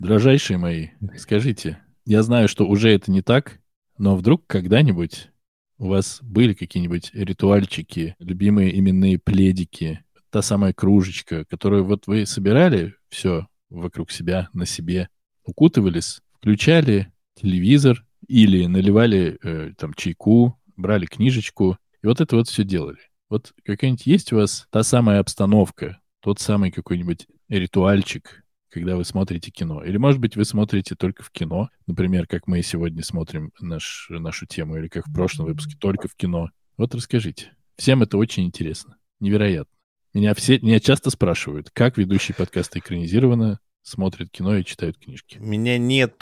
Дрожайшие мои, скажите, я знаю, что уже это не так, но вдруг когда-нибудь у вас были какие-нибудь ритуальчики, любимые именные пледики, та самая кружечка, которую вот вы собирали все вокруг себя, на себе, укутывались, включали телевизор или наливали там чайку, брали книжечку, и вот это вот все делали. Вот какая-нибудь есть у вас та самая обстановка, тот самый какой-нибудь ритуальчик, когда вы смотрите кино? Или, может быть, вы смотрите только в кино, например, как мы сегодня смотрим нашу тему, или как в прошлом выпуске, только в кино. Вот расскажите. Всем это очень интересно. Невероятно. Меня часто спрашивают, как ведущий подкаста «Экранизировано» смотрят кино и читают книжки. У меня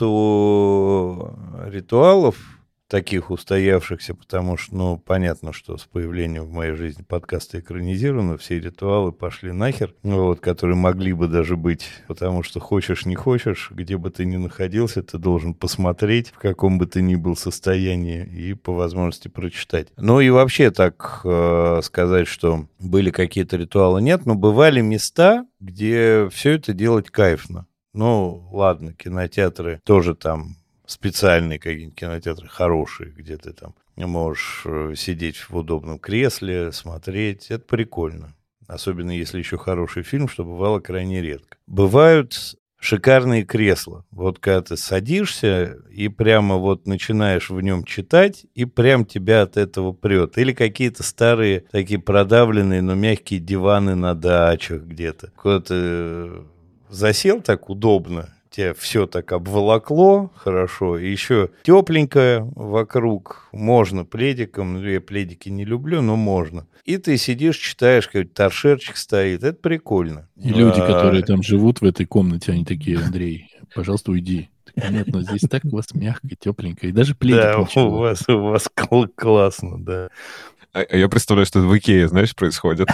нету ритуалов таких устоявшихся, потому что, ну, понятно, что с появлением в моей жизни подкаста экранизировано, все ритуалы пошли нахер, вот, которые могли бы даже быть, потому что хочешь, не хочешь, где бы ты ни находился, ты должен посмотреть, в каком бы ты ни был состоянии, и по возможности прочитать. Ну и вообще так сказать, что были какие-то ритуалы, нет, но бывали места, где все это делать кайфно. Ну, ладно, кинотеатры тоже там специальные какие-нибудь кинотеатры, хорошие, где ты там можешь сидеть в удобном кресле, смотреть. Это прикольно. Особенно если еще хороший фильм, что бывало крайне редко. Бывают шикарные кресла. Вот когда ты садишься и прямо вот начинаешь в нем читать, и прям тебя от этого прет. Или какие-то старые такие продавленные, но мягкие диваны на дачах где-то. Куда ты засел так удобно, тебя все так обволокло хорошо, и еще тепленькое вокруг, можно пледиком, ну, я пледики не люблю, но можно. И ты сидишь, читаешь, какой-то торшерчик стоит, это прикольно. И люди, которые там живут в этой комнате, они такие: Андрей, пожалуйста, уйди. Нет, но здесь так у вас мягко, тепленько, и даже пледик Да, ничего. у вас классно, да. А я представляю, что это в Икее, знаешь, происходит.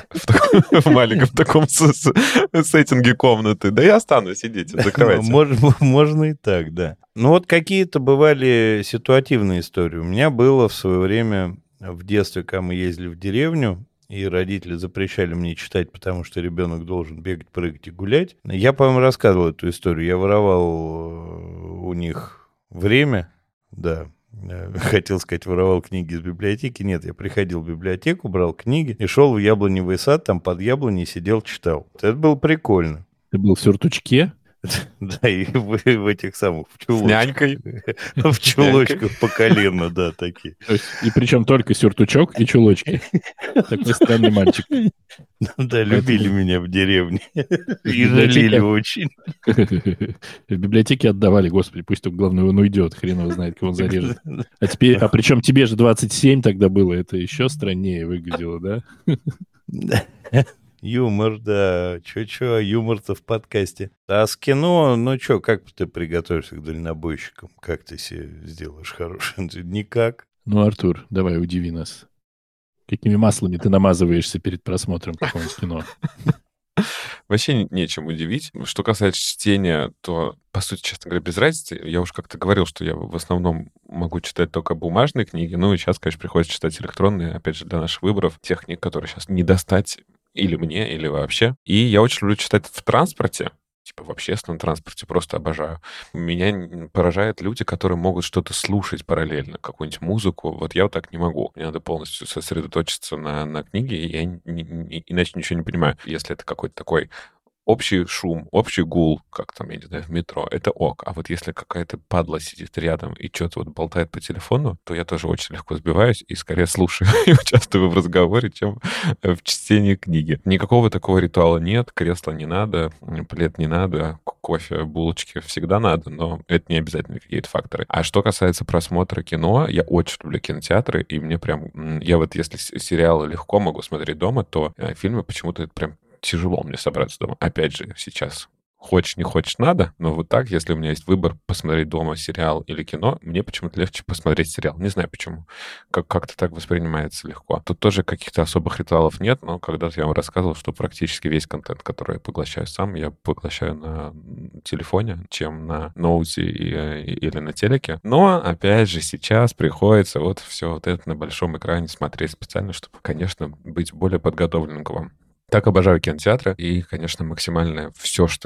В маленьком таком сеттинге комнаты. Да я останусь, сидите, закрывайте. Можно и так, да. Ну вот какие-то бывали ситуативные истории. У меня было в свое время в детстве, когда мы ездили в деревню, и родители запрещали мне читать, потому что ребенок должен бегать, прыгать и гулять. Я, по-моему, рассказывал эту историю. Я воровал у них время, да. Хотел сказать, воровал книги из библиотеки. Нет, я приходил в библиотеку, брал книги и шел в яблоневый сад, там под яблоней сидел, читал. Это было прикольно. Ты был в сюртучке? Да, и в этих самых, в чулочках. С нянькой. В чулочках по колено, да, такие. И причем только сюртучок и чулочки. Такой странный мальчик. Да, любили меня в деревне. И библиотека- жалели очень. В библиотеке отдавали, господи, пусть только, главное, он уйдет, хрен его знает, кого он зарежет. А причем тебе же 27 тогда было, это еще страннее выглядело, да? Юмор, да. Чё, юмор-то в подкасте. А с кино, ну чё, как ты приготовишься к дальнобойщикам? Как ты себе сделаешь хороший? Никак. Ну, Артур, давай, удиви нас. Какими маслами ты намазываешься перед просмотром какого-нибудь кино? Вообще нечем удивить. Что касается чтения, то, по сути, честно говоря, без разницы. Я уже как-то говорил, что я в основном могу читать только бумажные книги. Ну и сейчас, конечно, приходится читать электронные, опять же, для наших выборов. Тех книг, которые сейчас не достать или мне, или вообще. И я очень люблю читать в транспорте. Типа в общественном транспорте просто обожаю. Меня поражают люди, которые могут что-то слушать параллельно, какую-нибудь музыку. Вот я вот так не могу. Мне надо полностью сосредоточиться на книге, и я иначе ничего не понимаю. Если это какой-то такой общий шум, общий гул, как там, я не знаю, в метро, это ок. А вот если какая-то падла сидит рядом и что-то вот болтает по телефону, то я тоже очень легко сбиваюсь и скорее слушаю и участвую в разговоре, чем в чтении книги. Никакого такого ритуала нет, кресла не надо, плед не надо, кофе, булочки всегда надо, но это не обязательно какие-то факторы. А что касается просмотра кино, я очень люблю кинотеатры, и мне прям... Я вот если сериалы легко могу смотреть дома, то фильмы почему-то это прям тяжело мне собраться дома. Опять же, сейчас хочешь, не хочешь, надо, но вот так, если у меня есть выбор посмотреть дома сериал или кино, мне почему-то легче посмотреть сериал. Не знаю почему. Как-то так воспринимается легко. Тут тоже каких-то особых ритуалов нет, но когда-то я вам рассказывал, что практически весь контент, который я поглощаю сам, я поглощаю на телефоне, чем на ноуте или на телеке. Но, опять же, сейчас приходится вот все вот это на большом экране смотреть специально, чтобы, конечно, быть более подготовленным к вам. Так обожаю кинотеатры, и, конечно, максимально все, что я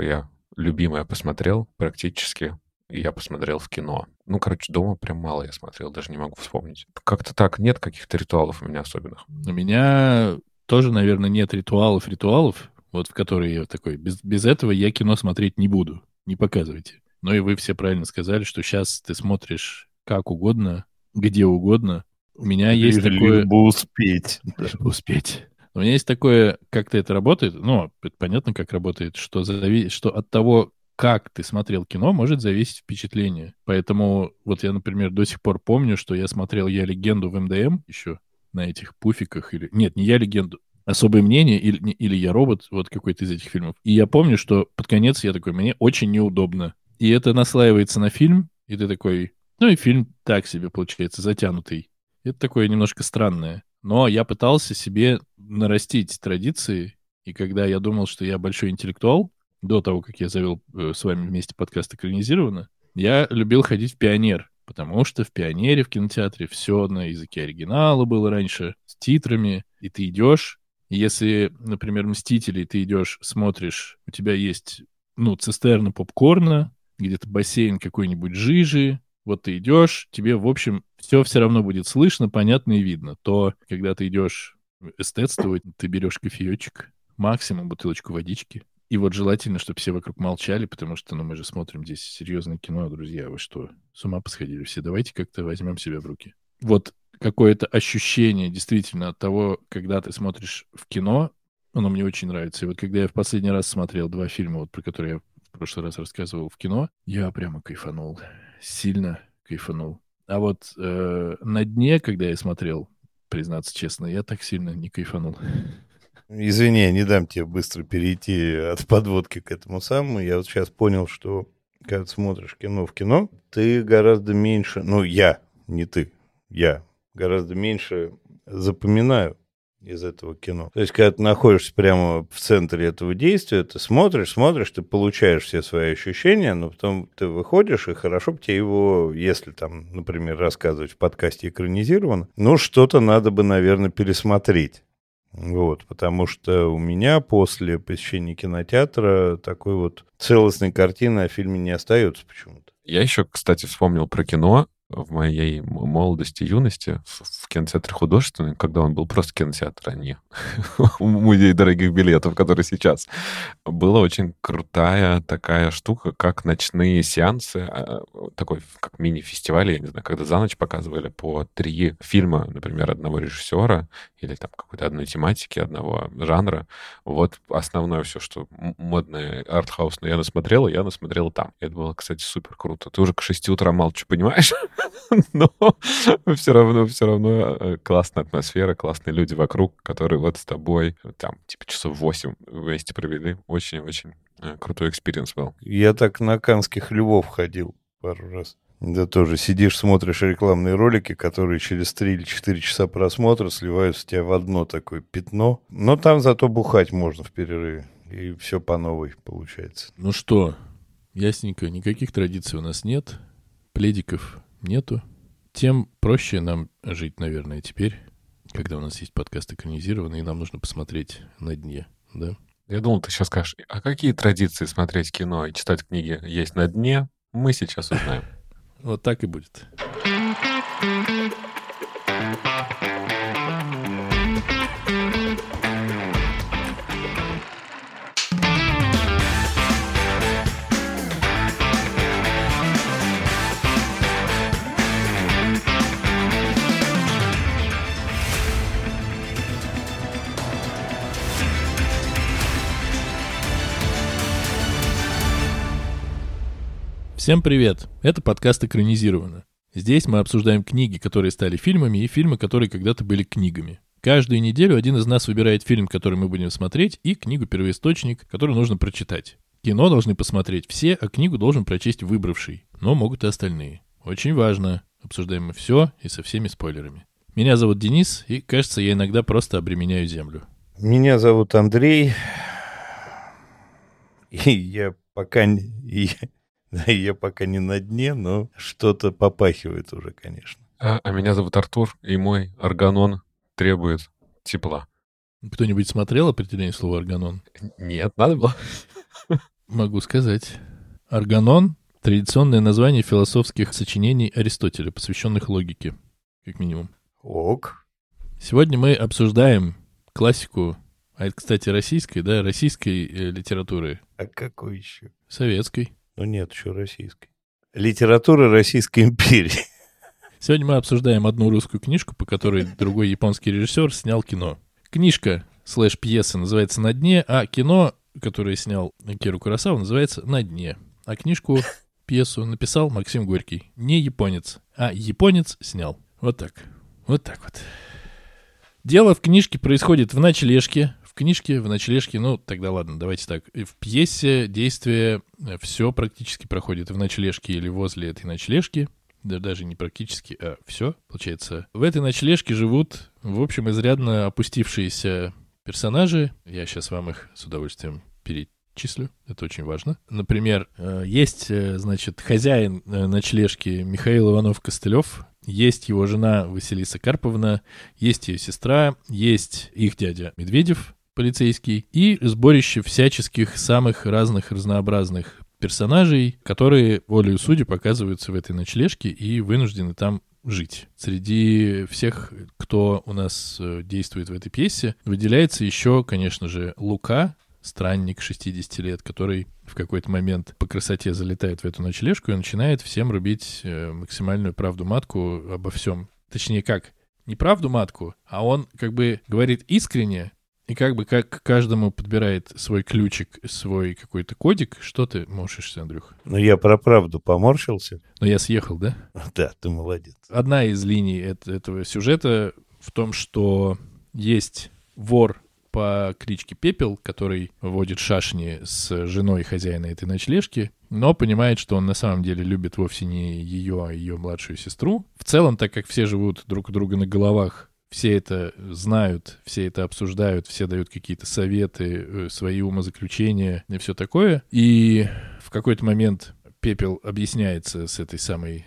любимое посмотрел практически, и я посмотрел в кино. Ну, короче, дома прям мало я смотрел, даже не могу вспомнить. Как-то так, нет каких-то ритуалов у меня особенных. У меня тоже, наверное, нет ритуалов, вот в которые я такой, без этого я кино смотреть не буду, не показывайте. Но и вы все правильно сказали, что сейчас ты смотришь как угодно, где угодно. У меня есть такое... Лишь бы успеть. Лишь бы успеть. У меня есть такое, как-то это работает, ну, это понятно, как работает, что от того, как ты смотрел кино, может зависеть впечатление. Поэтому вот я, например, до сих пор помню, что я смотрел «Я легенду» в МДМ еще на этих пуфиках. Нет, не «Я легенду», «Особое мнение» или «Я робот», вот какой-то из этих фильмов. И я помню, что под конец я такой, мне очень неудобно. И это наслаивается на фильм, и ты такой, ну и фильм так себе получается, затянутый. Это такое немножко странное. Но я пытался себе нарастить традиции, и когда я думал, что я большой интеллектуал, до того, как я завел с вами вместе подкаст «Экранизировано», я любил ходить в «Пионер», потому что в «Пионере» в кинотеатре все на языке оригинала было раньше, с титрами, и ты идешь, и если, например, «Мстители» ты идешь, смотришь, у тебя есть, ну, цистерна попкорна, где-то бассейн какой-нибудь жижи, вот ты идешь, тебе, в общем, все равно будет слышно, понятно и видно. То, когда ты идешь эстетствовать, ты берешь кофеечек, максимум бутылочку водички. И вот желательно, чтобы все вокруг молчали, потому что, ну, мы же смотрим здесь серьезное кино, друзья. Вы что, с ума посходили все? Давайте как-то возьмем себя в руки. Вот какое-то ощущение действительно от того, когда ты смотришь в кино, оно мне очень нравится. И вот когда я в последний раз смотрел 2 фильма, вот про которые я в прошлый раз рассказывал в кино, я прямо кайфанул. Сильно кайфанул. А вот «На дне», когда я смотрел, признаться честно, я так сильно не кайфанул. Извини, я не дам тебе быстро перейти от подводки к этому самому. Я вот сейчас понял, что когда ты смотришь кино в кино, ты гораздо меньше, ну, я, не ты, я гораздо меньше запоминаю из этого кино. То есть, когда ты находишься прямо в центре этого действия, ты смотришь, ты получаешь все свои ощущения, но потом ты выходишь, и хорошо бы тебе его, если там, например, рассказывать в подкасте экранизировано, ну, что-то надо бы, наверное, пересмотреть. Вот, потому что у меня после посещения кинотеатра такой вот целостной картины о фильме не остается почему-то. Я еще, кстати, вспомнил про кино в моей молодости, юности, в кинотеатре художественный, когда он был просто кинотеатр, а не музей дорогих билетов, который сейчас. Была очень крутая такая штука, как ночные сеансы, такой как мини-фестиваль, я не знаю, когда за ночь показывали по 3 фильма, например, одного режиссера или там какой-то одной тематики, одного жанра. Вот основное все, что модное, артхаусное я насмотрел там. Это было, кстати, супер круто. Ты уже к 6 утра мало что понимаешь, но все равно классная атмосфера, классные люди вокруг, которые вот с тобой там типа часов 8 вместе провели. Очень-очень крутой экспириенс был. Я так на «Канских львов» ходил пару раз. Да тоже сидишь, смотришь рекламные ролики, которые через 3 или 4 часа просмотра сливаются у тебя в одно такое пятно. Но там зато бухать можно в перерыве. И все по новой получается. Ну что, ясненько, никаких традиций у нас нет, пледиков нету. Тем проще нам жить, наверное, теперь, когда у нас есть подкаст экранизированный, и нам нужно посмотреть «На дне», да? Я думал, ты сейчас скажешь, а какие традиции смотреть кино и читать книги есть на дне? Мы сейчас узнаем. Вот так и будет. Всем привет! Это подкаст «Экранизировано». Здесь мы обсуждаем книги, которые стали фильмами, и фильмы, которые когда-то были книгами. Каждую неделю один из нас выбирает фильм, который мы будем смотреть, и книгу-первоисточник, которую нужно прочитать. Кино должны посмотреть все, а книгу должен прочесть выбравший, но могут и остальные. Очень важно. Обсуждаем мы все и со всеми спойлерами. Меня зовут Денис, и, кажется, я иногда просто обременяю землю. Меня зовут Андрей, и я пока не на дне, но что-то попахивает уже, конечно. А меня зовут Артур, и мой органон требует тепла. Кто-нибудь смотрел определение слова «органон»? Нет, надо было. Могу сказать. Органон — традиционное название философских сочинений Аристотеля, посвященных логике, как минимум. Ок. Сегодня мы обсуждаем классику, а это, кстати, российской, да, российской литературы. А какой еще? Советской. Ну нет, еще российской. Литература Российской империи. Сегодня мы обсуждаем одну русскую книжку, по которой другой японский режиссер снял кино. Книжка /пьеса называется «На дне», а кино, которое снял Акира Куросава, называется «На дне». А книжку, пьесу написал Максим Горький. Не японец, а японец снял. Вот так. Вот так вот. Дело в книжке происходит в ночлежке. В ночлежке, ну, тогда ладно, давайте так. В пьесе действие все практически проходит в ночлежке или возле этой ночлежки. Да даже не практически, а все, получается. В этой ночлежке живут, в общем, изрядно опустившиеся персонажи. Я сейчас вам их с удовольствием перечислю, это очень важно. Например, есть, значит, хозяин ночлежки Михаил Иванов-Костылев, есть его жена Василиса Карповна, есть ее сестра, есть их дядя Медведев, полицейский, и сборище всяческих самых разных, разнообразных персонажей, которые волею судеб оказываются в этой ночлежке и вынуждены там жить. Среди всех, кто у нас действует в этой пьесе, выделяется еще, конечно же, Лука, странник 60 лет, который в какой-то момент по красоте залетает в эту ночлежку и начинает всем рубить максимальную правду матку обо всем. Точнее, как? Не правду матку, а он как бы говорит искренне, и как бы как каждому подбирает свой ключик, свой какой-то кодик. Что ты морщишься, Андрюх? Ну, я про правду поморщился. Но я съехал, да? Да, ты молодец. Одна из линий этого сюжета в том, что есть вор по кличке Пепел, который водит шашни с женой хозяина этой ночлежки, но понимает, что он на самом деле любит вовсе не ее, а ее младшую сестру. В целом, так как все живут друг у друга на головах, все это знают, все это обсуждают, все дают какие-то советы, свои умозаключения и все такое. И в какой-то момент Пепел объясняется с этой самой,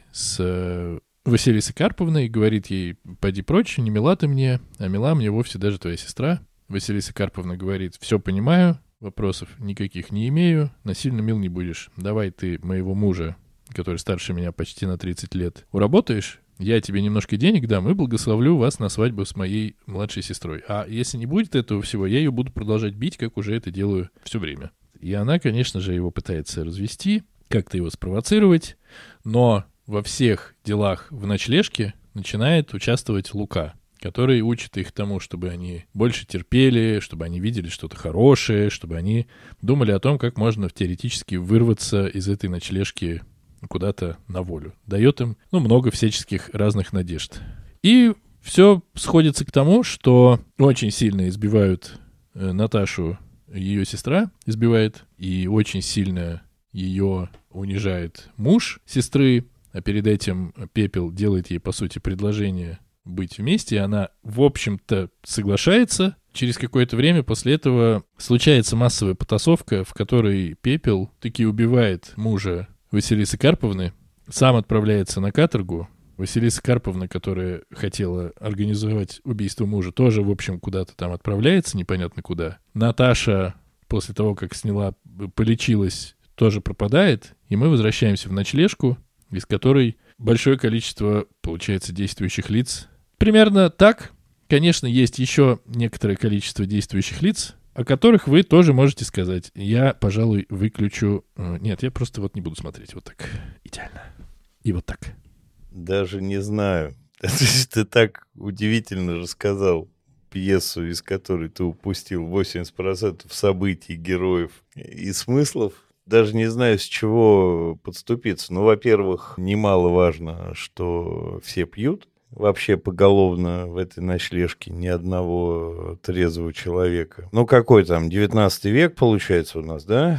с Василисой Карповной, и говорит ей: «Пойди прочь, не мила ты мне, а мила мне вовсе даже твоя сестра». Василиса Карповна говорит: «Все понимаю, вопросов никаких не имею, насильно мил не будешь. Давай ты моего мужа, который старше меня почти на 30 лет, уработаешь, я тебе немножко денег дам и благословлю вас на свадьбу с моей младшей сестрой. А если не будет этого всего, я ее буду продолжать бить, как уже это делаю все время». И она, конечно же, его пытается развести, как-то его спровоцировать, но во всех делах в ночлежке начинает участвовать Лука, который учит их тому, чтобы они больше терпели, чтобы они видели что-то хорошее, чтобы они думали о том, как можно теоретически вырваться из этой ночлежки куда-то на волю. Дает им, много всяческих разных надежд. И все сходится к тому, что очень сильно избивают Наташу, ее сестра избивает, и очень сильно ее унижает муж сестры, а перед этим Пепел делает ей, по сути, предложение быть вместе, и она, в общем-то, соглашается. Через какое-то время после этого случается массовая потасовка, в которой Пепел таки убивает мужа Василисы Карповны, сам отправляется на каторгу. Василиса Карповна, которая хотела организовать убийство мужа, тоже, в общем, куда-то там отправляется, непонятно куда. Наташа, после того, как полечилась, тоже пропадает, и мы возвращаемся в ночлежку, из которой большое количество, получается, действующих лиц. Примерно так. Конечно, есть еще некоторое количество действующих лиц, о которых вы тоже можете сказать. Я, пожалуй, выключу... Нет, я просто не буду смотреть. Вот так. Идеально. И вот так. Даже не знаю. Ты так удивительно рассказал пьесу, из которой ты упустил 80% событий, героев и смыслов. Даже не знаю, с чего подступиться. Во-первых, немаловажно, что все пьют. Вообще поголовно в этой ночлежке ни одного трезвого человека. Какой там, 19 век получается у нас, да?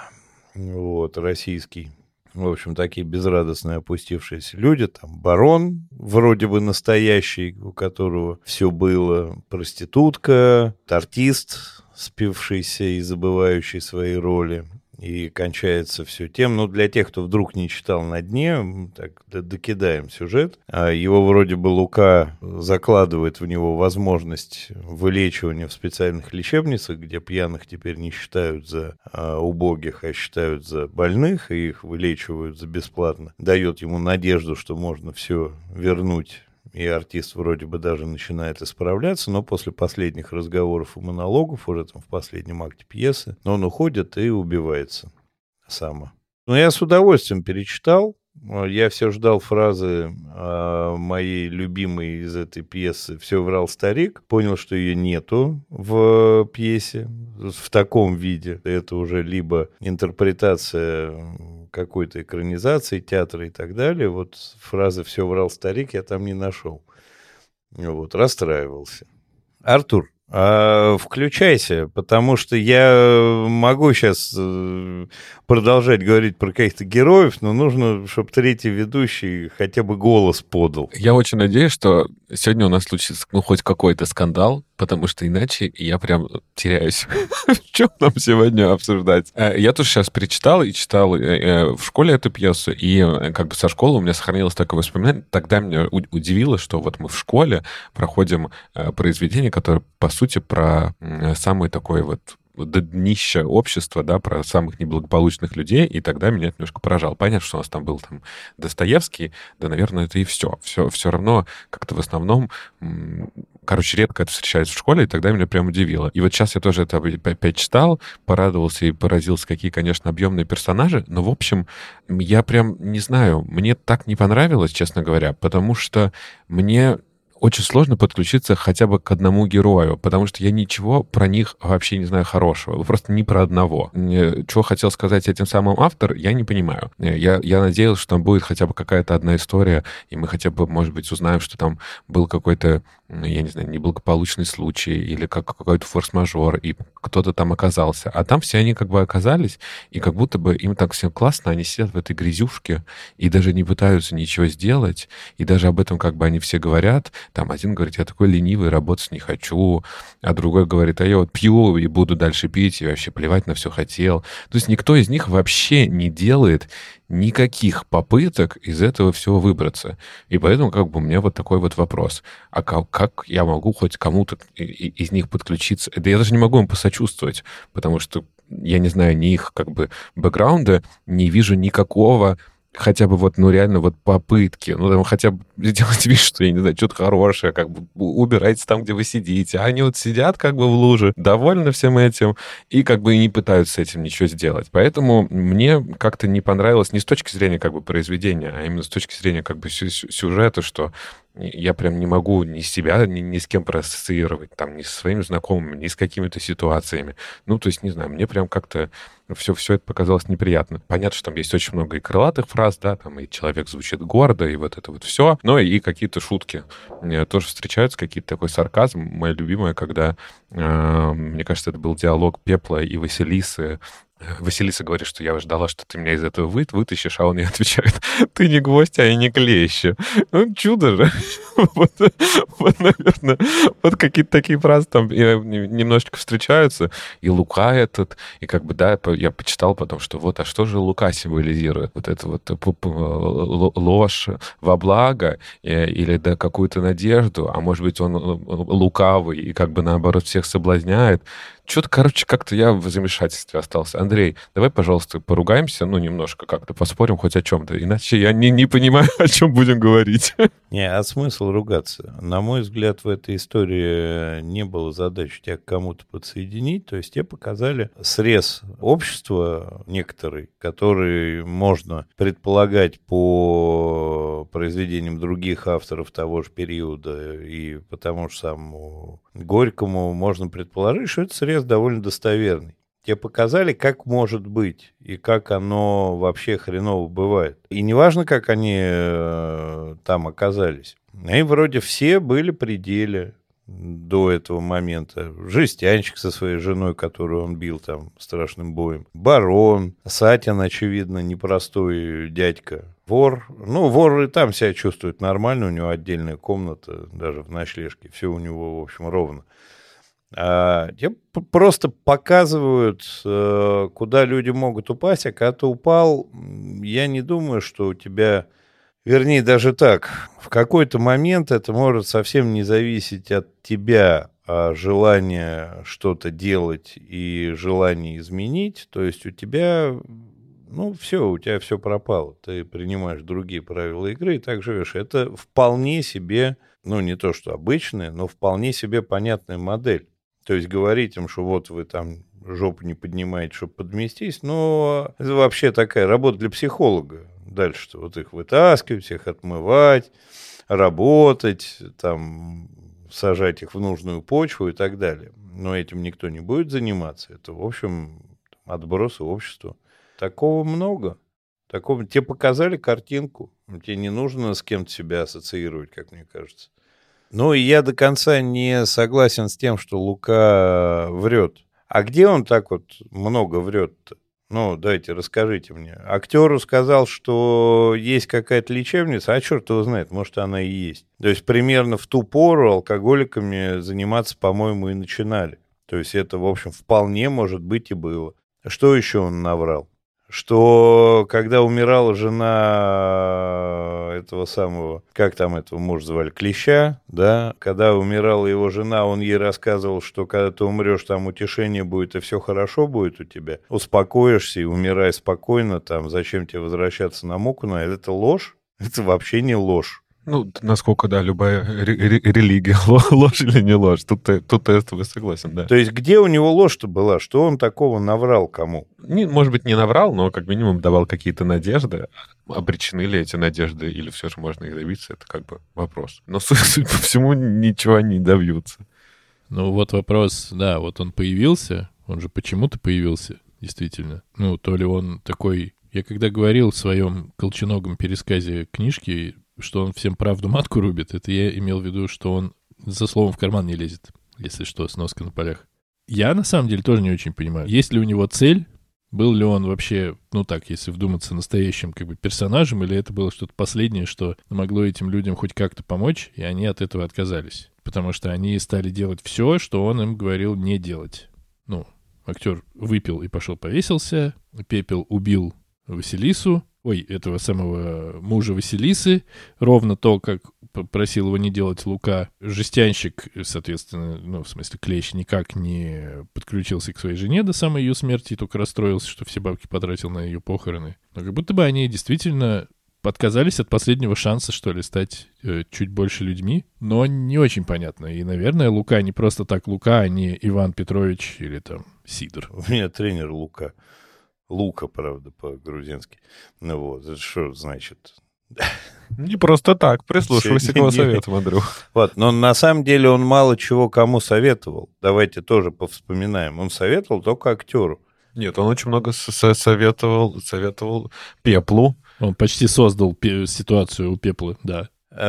Российский. В общем, такие безрадостные опустившиеся люди. Там барон, вроде бы настоящий, у которого все было. Проститутка, артист, спившийся и забывающий свои роли. И кончается все тем, ну, для тех, кто вдруг не читал «На дне», так, докидаем сюжет. Его вроде бы Лука закладывает в него возможность вылечивания в специальных лечебницах, где пьяных теперь не считают за убогих, а считают за больных, и их вылечивают за бесплатно. Дает ему надежду, что можно все вернуть. И артист вроде бы даже начинает исправляться, но после последних разговоров и монологов, уже там в последнем акте пьесы, он уходит и убивается сам. Но я с удовольствием перечитал. Я все ждал фразы моей любимой из этой пьесы «Все врал старик». Понял, что ее нету в пьесе в таком виде. Это уже либо интерпретация какой-то экранизации, театра и так далее. Вот фразы «Все врал старик» я там не нашел. Вот, расстраивался. Артур, включайся, потому что я могу сейчас продолжать говорить про каких-то героев, но нужно, чтобы третий ведущий хотя бы голос подал. Я очень надеюсь, что сегодня у нас случится хоть какой-то скандал, потому что иначе я прям теряюсь. В чем нам сегодня обсуждать? Я тоже сейчас перечитал и читал в школе эту пьесу, и как бы со школы у меня сохранилось такое воспоминание. Тогда меня удивило, что вот мы в школе проходим произведение, которое, по сути, про самый такой вот днище общества, да, про самых неблагополучных людей, и тогда меня это немножко поражало. Понятно, что у нас там был там Достоевский, да, наверное, это и все. Все равно как-то в основном, редко это встречается в школе, и тогда меня прям удивило. И вот сейчас я тоже это опять читал, порадовался и поразился, какие, конечно, объемные персонажи, но, в общем, я прям не знаю, мне так не понравилось, честно говоря, потому что мне очень сложно подключиться хотя бы к одному герою, потому что я ничего про них вообще не знаю хорошего. Просто ни про одного. Чего хотел сказать этим самым автор, я не понимаю. Я надеялся, что там будет хотя бы какая-то одна история, и мы хотя бы, может быть, узнаем, что там был какой-то, я не знаю, неблагополучный случай или какой-то форс-мажор, и кто-то там оказался. А там все они как бы оказались, и как будто бы им так всем классно, они сидят в этой грязюшке и даже не пытаются ничего сделать, и даже об этом как бы они все говорят. Там один говорит, я такой ленивый, работать не хочу, а другой говорит, а я вот пью и буду дальше пить, и вообще плевать на все хотел. То есть никто из них вообще не делает никаких попыток из этого всего выбраться. И поэтому как бы у меня вот такой вот вопрос. А как я могу хоть кому-то из них подключиться? Да я даже не могу им посочувствовать, потому что я не знаю ни их как бы бэкграунда, не вижу никакого хотя бы вот, ну, реально вот попытки, ну, там, хотя бы сделать вид, что, я не знаю, что-то хорошее, как бы убирайте там, где вы сидите, а они вот сидят как бы в луже, довольны всем этим, и как бы и не пытаются с этим ничего сделать. Поэтому мне как-то не понравилось не с точки зрения как бы произведения, а именно с точки зрения как бы сюжета, что я прям не могу ни себя, ни с кем проассоциировать, там, ни со своими знакомыми, ни с какими-то ситуациями. Ну, то есть, не знаю, мне прям как-то все это показалось неприятно. Понятно, что там есть очень много и крылатых фраз, да, там и человек звучит гордо, и вот это вот все, но и какие-то шутки. Тоже встречаются, какие-то такой сарказм. Моя любимая, когда, мне кажется, это был диалог Пепла и Василисы. Василиса говорит, что я ждала, что ты меня из этого вытащишь, а он ей отвечает, ты не гвоздь, а и не клещи. Ну, чудо же. Вот, наверное, вот какие-то такие фразы там немножечко встречаются. И Лука этот, и как бы, да, я почитал потом, что вот, а что же Лука символизирует? Вот это вот ложь во благо или, да, какую-то надежду, а может быть, он лукавый и как бы, наоборот, всех соблазняет. Что-то, короче, как-то я в замешательстве остался. Андрей, давай, пожалуйста, поругаемся, ну, немножко как-то поспорим хоть о чем-то, иначе я не понимаю, о чем будем говорить. Не, а смысл ругаться? На мой взгляд, в этой истории не было задачи тебя к кому-то подсоединить, то есть тебе показали срез общества некоторый, который можно предполагать по произведениям других авторов того же периода и по тому же самому Горькому можно предположить, что это срез довольно достоверный. Тебе показали, как может быть, и как оно вообще хреново бывает. И неважно, как они там оказались. Они вроде все были при деле до этого момента. Жестянщик со своей женой, которую он бил там страшным боем. Барон. Сатин, очевидно, непростой дядька. Вор. Ну, вор и там себя чувствует нормально. У него отдельная комната, даже в ночлежке. Все у него, в общем, ровно. Тебе просто показывают, куда люди могут упасть, а когда ты упал, я не думаю, что у тебя... Вернее, даже так, в какой-то момент это может совсем не зависеть от тебя, а желание что-то делать и желание изменить. То есть у тебя, у тебя все пропало. Ты принимаешь другие правила игры и так живешь. Это вполне себе, не то что обычная, но вполне себе понятная модель. То есть говорить им, что вот вы там жопу не поднимаете, чтобы подместись, но это вообще такая работа для психолога. Дальше-то вот их вытаскивать, их отмывать, работать, там, сажать их в нужную почву и так далее. Но этим никто не будет заниматься. Это, в общем, отбросы общества. Такого много. Тебе показали картинку. Тебе не нужно с кем-то себя ассоциировать, как мне кажется. И я до конца не согласен с тем, что Лука врет. А где он так вот много врет-то? Давайте, расскажите мне. Актеру сказал, что есть какая-то лечебница, а черт его знает, может, она и есть. То есть примерно в ту пору алкоголиками заниматься, по-моему, и начинали. То есть это, в общем, вполне может быть и было. Что еще он наврал? Что когда умирала жена этого самого, как там этого мужа звали, Клеща, да, когда умирала его жена, он ей рассказывал, что когда ты умрешь, там утешение будет и все хорошо будет у тебя, успокоишься и умирай спокойно, там, зачем тебе возвращаться на муку, но это ложь, это вообще не ложь. Насколько, да, любая религия, ложь или не ложь, тут я с тобой согласен, да. То есть где у него ложь-то была? Что он такого наврал кому? Может быть, не наврал, но как минимум давал какие-то надежды. Обречены ли эти надежды, или все же можно их добиться, это как бы вопрос. Но, судя по всему, ничего они не добьются. Вот вопрос, да, вот он появился, он же почему-то появился, действительно. То ли он такой... Я когда говорил в своем колченогом пересказе книжки, что он всем правду матку рубит, это я имел в виду, что он за словом в карман не лезет, если что, сноска на полях. Я, на самом деле, тоже не очень понимаю, есть ли у него цель, был ли он вообще, если вдуматься, настоящим как бы персонажем, или это было что-то последнее, что могло этим людям хоть как-то помочь, и они от этого отказались. Потому что они стали делать все, что он им говорил не делать. Актер выпил и пошел повесился, Пепел убил Василису, этого самого мужа Василисы, ровно то, как просил его не делать Лука. Жестянщик, соответственно, в смысле Клещ, никак не подключился к своей жене до самой ее смерти, и только расстроился, что все бабки потратил на ее похороны. Но как будто бы они действительно отказались от последнего шанса, что ли, стать чуть больше людьми, но не очень понятно. И, наверное, Лука не просто так Лука, а не Иван Петрович или там Сидор. У меня тренер Лука. Лука, правда, по-грузински. Это что значит? Не просто так. Прислушивайся к его советам, Андрюх. Но на самом деле он мало чего кому советовал. Давайте тоже повспоминаем. Он советовал только актеру. Нет, он очень много советовал Пеплу. Он почти создал ситуацию у Пепла, да.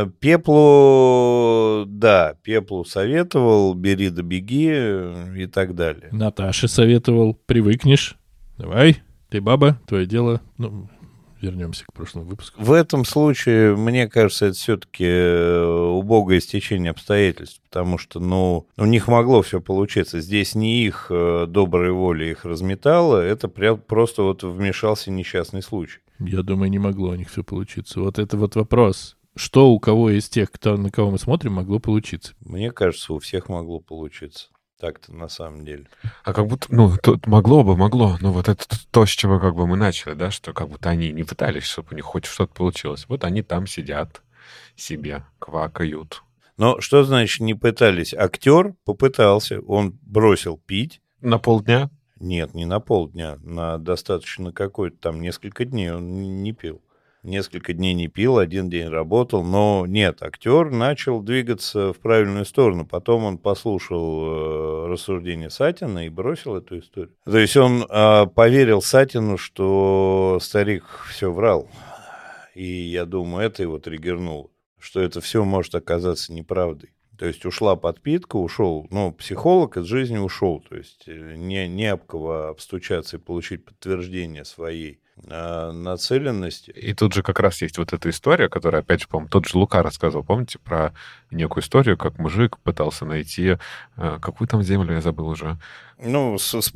Пеплу советовал, бери да беги и так далее. Наташе советовал, привыкнешь, давай, ты баба, твое дело. Вернемся к прошлому выпуску. В этом случае, мне кажется, это все-таки убогое стечение обстоятельств, потому что, у них могло все получиться. Здесь не их добрая воля их разметала, это просто вмешался несчастный случай. Я думаю, не могло у них все получиться. Это вопрос. Что у кого из тех, на кого мы смотрим, могло получиться? Мне кажется, у всех могло получиться. Так-то на самом деле. А как будто, могло. Но это то, с чего как бы мы начали, да, что как будто они не пытались, чтобы у них хоть что-то получилось. Вот они там сидят себе, квакают. Но что значит не пытались? Актер попытался, он бросил пить. На полдня? Нет, не на полдня, на достаточно какой-то там несколько дней он не пил. Несколько дней не пил, один день работал, но нет, актер начал двигаться в правильную сторону. Потом он послушал рассуждения Сатина и бросил эту историю. То есть он поверил Сатину, что старик все врал. И я думаю, это его триггернуло, что это все может оказаться неправдой. То есть ушла подпитка, ушел, психолог из жизни ушел. То есть не об кого обстучаться и получить подтверждение своей нацеленность. И тут же как раз есть вот эта история, которая, опять же, по-моему, тот же Лука рассказывал, помните, про некую историю, как мужик пытался найти какую там землю, я забыл уже. Ну,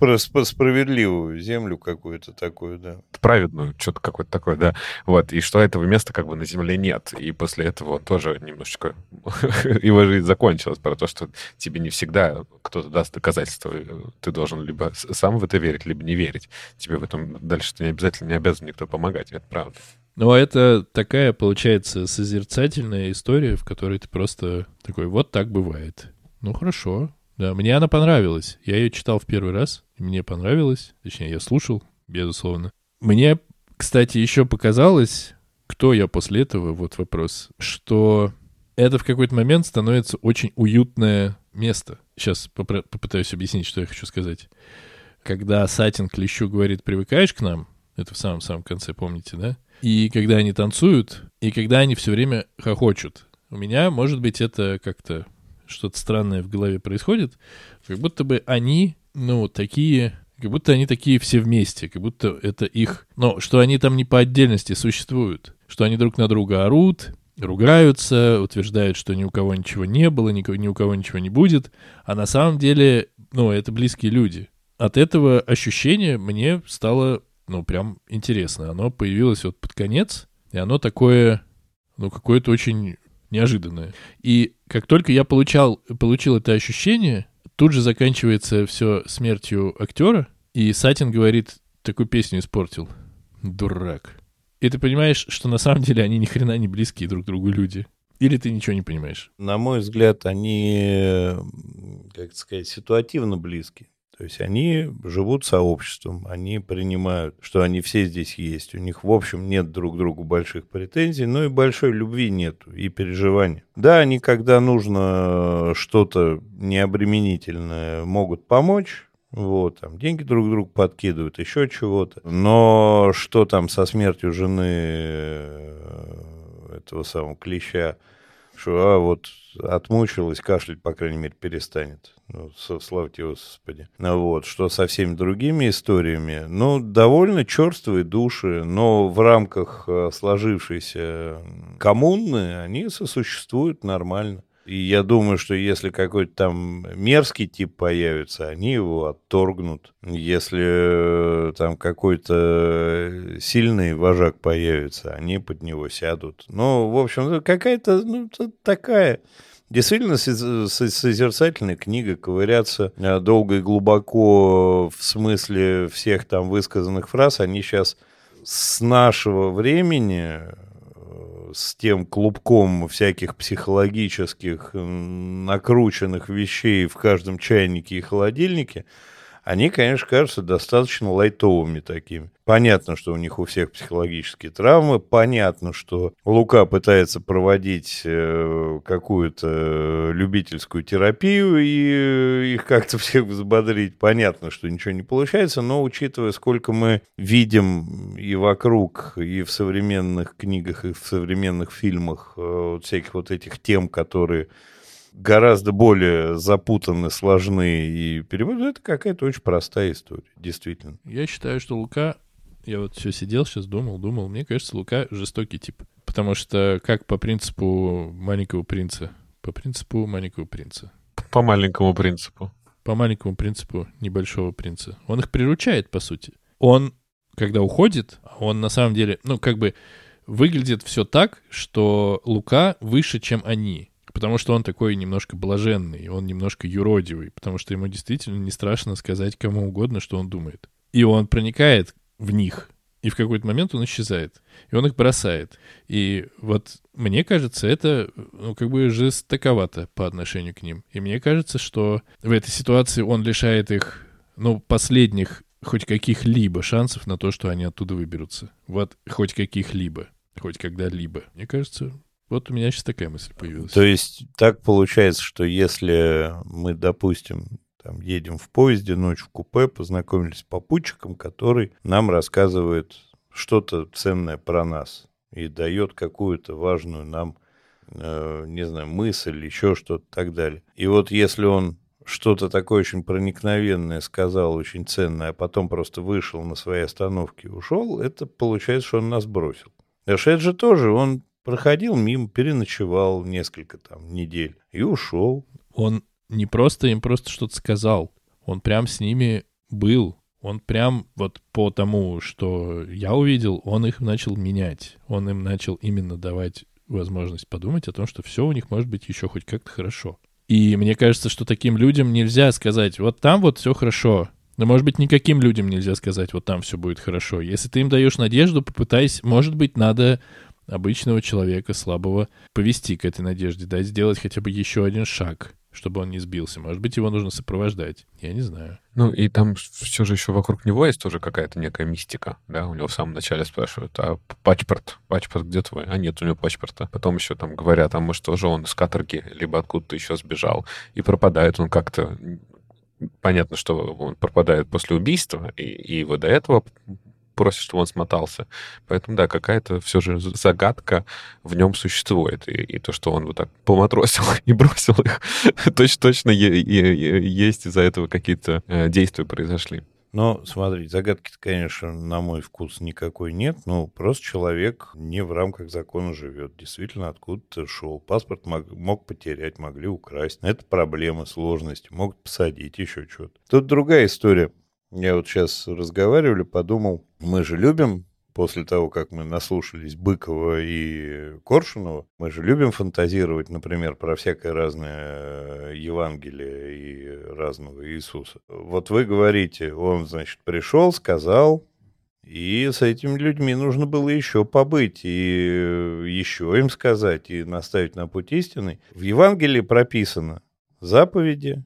справедливую землю какую-то такую, да. Праведную, что-то какое-то такое, да. Вот, и что этого места как бы на земле нет. И после этого он тоже немножечко... Его жизнь закончилась про то, что тебе не всегда кто-то даст доказательства. Ты должен либо сам в это верить, либо не верить. Тебе в этом дальше не обязан никто помогать. Это правда. Ну, а это такая, получается, созерцательная история, в которой ты просто такой, вот так бывает. Ну, хорошо. Да, мне она понравилась. Я ее читал в первый раз, и мне понравилось. Точнее, я слушал, безусловно. Мне, кстати, еще показалось, кто я после этого, вот вопрос, что это в какой-то момент становится очень уютное место. Сейчас попытаюсь объяснить, что я хочу сказать. Когда Сатин Клещу говорит, привыкаешь к нам, это в самом-самом конце, помните, да? И когда они танцуют, и когда они все время хохочут. У меня, может быть, это как-то что-то странное в голове происходит, как будто бы они, ну, такие, как будто они такие все вместе, как будто это их, ну, что они там не по отдельности существуют, что они друг на друга орут, ругаются, утверждают, что ни у кого ничего не было, ни у кого ничего не будет, а на самом деле, ну, это близкие люди. От этого ощущения мне стало, ну, прям интересно. Оно появилось вот под конец, и оно такое, ну, какое-то очень неожиданное. И как только я получил это ощущение, тут же заканчивается все смертью актера, и Сатин говорит, такую песню испортил. Дурак. И ты понимаешь, что на самом деле они ни хрена не близкие друг другу люди. Или ты ничего не понимаешь? На мой взгляд, они, как сказать, ситуативно близки. То есть они живут сообществом, они принимают, что они все здесь есть. У них, в общем, нет друг к другу больших претензий, но и большой любви нету, и переживаний. Да, они, когда нужно что-то необременительное, могут помочь. Вот, там деньги друг другу подкидывают, еще чего-то. Но что там со смертью жены этого самого Клеща, что вот отмучилась, кашлять, по крайней мере, перестанет. Ну, слава тебе, Господи. Вот, что со всеми другими историями. Ну, довольно черствые души, но в рамках сложившейся коммуны они сосуществуют нормально. И я думаю, что если какой-то там мерзкий тип появится, они его отторгнут. Если там какой-то сильный вожак появится, они под него сядут. Ну, в общем, какая-то такая... Действительно созерцательная книга, ковыряться долго и глубоко в смысле всех там высказанных фраз, они сейчас с нашего времени, с тем клубком всяких психологических накрученных вещей в каждом чайнике и холодильнике, они, конечно, кажутся достаточно лайтовыми такими. Понятно, что у них у всех психологические травмы, понятно, что Лука пытается проводить какую-то любительскую терапию и их как-то всех взбодрить. Понятно, что ничего не получается, но учитывая, сколько мы видим и вокруг, и в современных книгах, и в современных фильмах всяких вот этих тем, которые гораздо более запутаны, сложны и переводы, это какая-то очень простая история, действительно. Я считаю, что Лука, я вот все сидел, сейчас думал, мне кажется, Лука жестокий тип. Потому что как по принципу маленького принца? По принципу маленького принца. По маленькому принципу. По маленькому принципу небольшого принца. Он их приручает, по сути. Он, когда уходит, он на самом деле, ну, как бы выглядит все так, что Лука выше, чем они. Потому что он такой немножко блаженный, он немножко юродивый, потому что ему действительно не страшно сказать кому угодно, что он думает. И он проникает в них, и в какой-то момент он исчезает, и он их бросает. И вот мне кажется, это, ну, как бы жестоковато по отношению к ним. И мне кажется, что в этой ситуации он лишает их, ну, последних хоть каких-либо шансов на то, что они оттуда выберутся. Вот хоть каких-либо, хоть когда-либо. Мне кажется... Вот у меня сейчас такая мысль появилась. То есть так получается, что если мы, допустим, там, едем в поезде, ночью в купе, познакомились с попутчиком, который нам рассказывает что-то ценное про нас и дает какую-то важную нам, не знаю, мысль, еще что-то и так далее. И вот если он что-то такое очень проникновенное сказал, очень ценное, а потом просто вышел на своей остановке и ушел, это получается, что он нас бросил. Потому что это же тоже, он проходил мимо, переночевал несколько там недель и ушел. Он не просто им просто что-то сказал, он прям с ними был. Он прям вот по тому, что я увидел, он их начал менять. Он им начал именно давать возможность подумать о том, что все у них может быть еще хоть как-то хорошо. И мне кажется, что таким людям нельзя сказать, вот там вот все хорошо. Но, может быть, никаким людям нельзя сказать, вот там все будет хорошо. Если ты им даешь надежду, попытайся, может быть, надо обычного человека, слабого, повести к этой надежде, дать сделать хотя бы еще один шаг, чтобы он не сбился. Может быть, его нужно сопровождать. Я не знаю. Ну, и там все же еще вокруг него есть тоже какая-то некая мистика, да? У него в самом начале спрашивают, а паспорт где твой? А нет у него паспорта. Потом еще там говорят, а может, тоже он из каторги, либо откуда-то еще сбежал. И пропадает он как-то... Понятно, что он пропадает после убийства, и его до этого просит, чтобы он смотался. Поэтому, да, какая-то все же загадка в нем существует. И то, что он вот так поматросил и бросил их, точно есть из-за этого какие-то действия произошли. Но, смотри, загадки-то, конечно, на мой вкус никакой нет. Ну, просто человек не в рамках закона живет. Действительно, откуда-то шел. Паспорт мог потерять, могли украсть. Это проблема, сложности. Могут посадить, еще что-то. Тут другая история. Я вот сейчас разговаривали, подумал, мы же любим, после того, как мы наслушались Быкова и Коршунова, мы же любим фантазировать, например, про всякое разное Евангелие и разного Иисуса. Вот вы говорите, он, значит, пришел, сказал, и с этими людьми нужно было еще побыть, и еще им сказать, и наставить на путь истинный. В Евангелии прописано заповеди,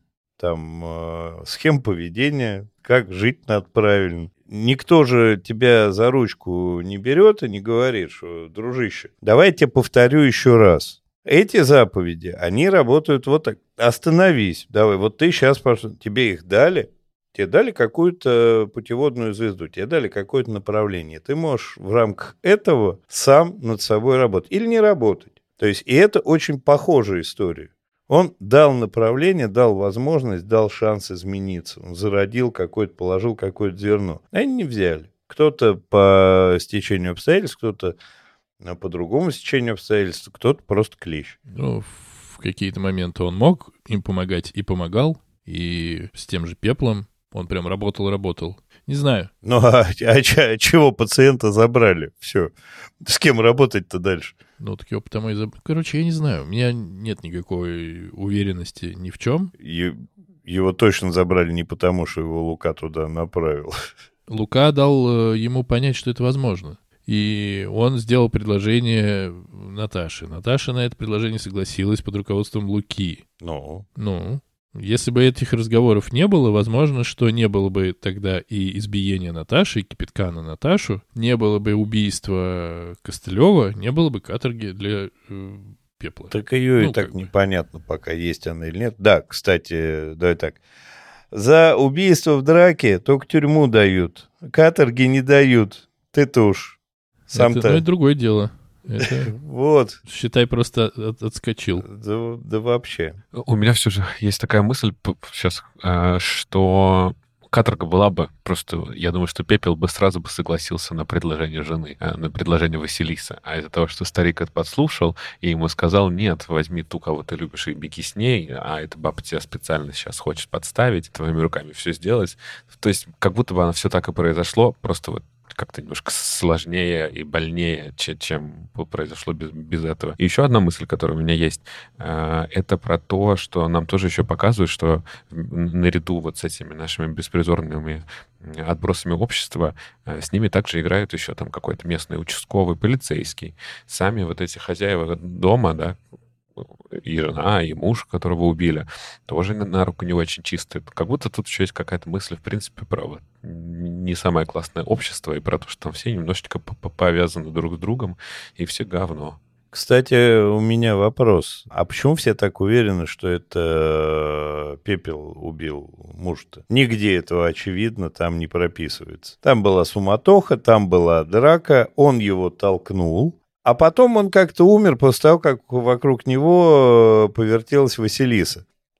там схема поведения, как жить надо правильно. Никто же тебя за ручку не берет и не говорит, что, дружище, давай я тебе повторю еще раз. Эти заповеди, они работают вот так. Остановись, давай, вот ты сейчас, тебе их дали, тебе дали какую-то путеводную звезду, тебе дали какое-то направление. Ты можешь в рамках этого сам над собой работать или не работать. То есть, и это очень похожая история. Он дал направление, дал возможность, дал шанс измениться. Он зародил какое-то, положил какое-то зерно. Они не взяли. Кто-то по стечению обстоятельств, кто-то по другому стечению обстоятельств, кто-то просто клещ. Ну, в какие-то моменты он мог им помогать и помогал. И с тем же пеплом он прям работал. Не знаю. Ну, а чего пациента забрали? Все. С кем работать-то дальше? Ну, так его потому и забрали. Короче, я не знаю. У меня нет никакой уверенности ни в чем. Его точно забрали не потому, что его Лука туда направил. Лука дал ему понять, что это возможно. И он сделал предложение Наташе. Наташа на это предложение согласилась под руководством Луки. Ну, если бы этих разговоров не было, возможно, что не было бы тогда и избиения Наташи, и кипятка на Наташу, не было бы убийства Костылева, не было бы каторги для пепла. Так ее и так непонятно, пока есть она или нет. Да, кстати, давай так. За убийство в драке только тюрьму дают, каторги не дают. Ты-то уж сам-то... Это другое дело. Это, вот. Считай, просто отскочил. Да вообще. У меня все же есть такая мысль сейчас, что каторга была бы просто... Я думаю, что Пепел бы сразу бы согласился на предложение жены, на предложение Василисы. А из-за того, что старик это подслушал, и ему сказал, нет, возьми ту, кого ты любишь, и беги с ней, а эта баба тебя специально сейчас хочет подставить, твоими руками все сделать. То есть как будто бы оно все так и произошло, просто вот как-то немножко сложнее и больнее, чем произошло без этого. И еще одна мысль, которая у меня есть, это про то, что нам тоже еще показывают, что наряду вот с этими нашими беспризорными отбросами общества, с ними также играют еще там какой-то местный участковый, полицейский. Сами вот эти хозяева дома, да, и жена, и муж, которого убили, тоже на руку не очень чистые. Как будто тут еще есть какая-то мысль, в принципе, про вот не самое классное общество, и про то, что там все немножечко повязаны друг с другом, и все говно. Кстати, у меня вопрос. А почему все так уверены, что это Пепел убил мужа-то? Нигде этого, очевидно, там не прописывается. Там была суматоха, там была драка, он его толкнул, а потом он как-то умер после того, как вокруг него повертелась Василиса.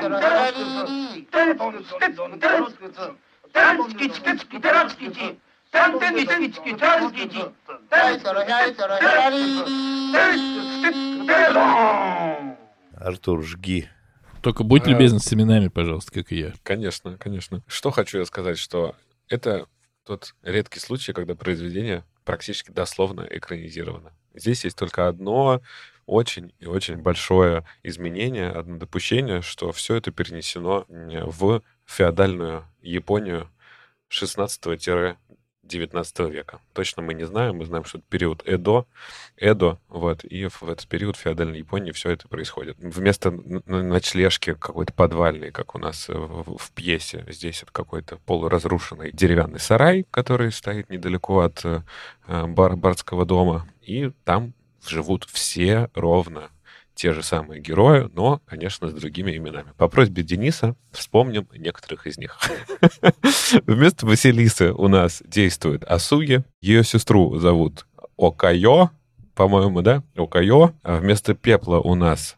Артур, жги. Только будь любезен с именами, пожалуйста, как и я. Конечно, конечно. Что хочу я сказать, что это тот редкий случай, когда произведение практически дословно экранизировано. Здесь есть только одно очень и очень большое изменение, одно допущение, что все это перенесено в феодальную Японию 16-19 века. Точно мы не знаем, мы знаем, что это период Эдо, вот, и в этот период в феодальной Японии все это происходит. Вместо ночлежки какой-то подвальной, как у нас в пьесе, здесь это какой-то полуразрушенный деревянный сарай, который стоит недалеко от барского дома, и там живут все ровно те же самые герои, но, конечно, с другими именами. По просьбе Дениса вспомним некоторых из них. Вместо Василисы у нас действует Асуги. Ее сестру зовут Окайо, по-моему, да? Окайо. А вместо Пепла у нас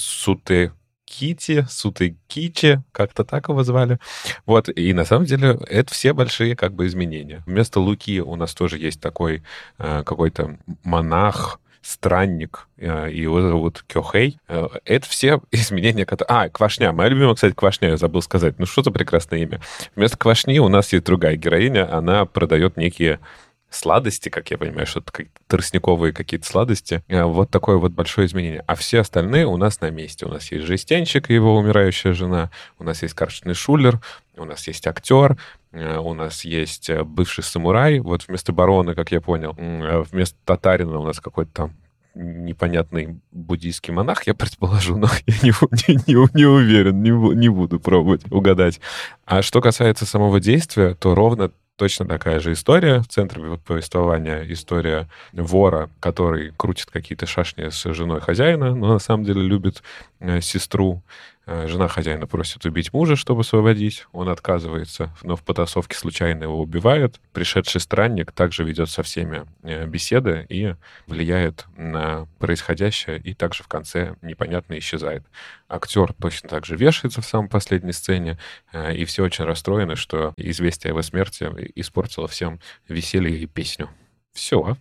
Сутекичи, как-то так его звали. Вот, и на самом деле это все большие как бы изменения. Вместо Луки у нас тоже есть такой какой-то монах, странник, его зовут Кёхэй. Это все изменения, которые... Квашня. Моя любимая, кстати, Квашня, я забыл сказать. Ну, что за прекрасное имя. Вместо Квашни у нас есть другая героиня. Она продает некие сладости, как я понимаю, что это тростниковые какие-то сладости. Вот такое вот большое изменение. А все остальные у нас на месте. У нас есть жестянщик и его умирающая жена. У нас есть карточный шулер. У нас есть актер. У нас есть бывший самурай. Вот вместо барона, как я понял, вместо татарина у нас какой-то там непонятный буддийский монах, я предположу, но я не уверен, не буду пробовать угадать. А что касается самого действия, то ровно точно такая же история. В центре повествования история вора, который крутит какие-то шашни с женой хозяина, но на самом деле любит сестру. Жена хозяина просит убить мужа, чтобы освободить. Он отказывается, но в потасовке случайно его убивают. Пришедший странник также ведет со всеми беседы и влияет на происходящее, и также в конце непонятно исчезает. Актер точно так же вешается в самой последней сцене, и все очень расстроены, что известие о его смерти испортило всем веселье и песню. Все.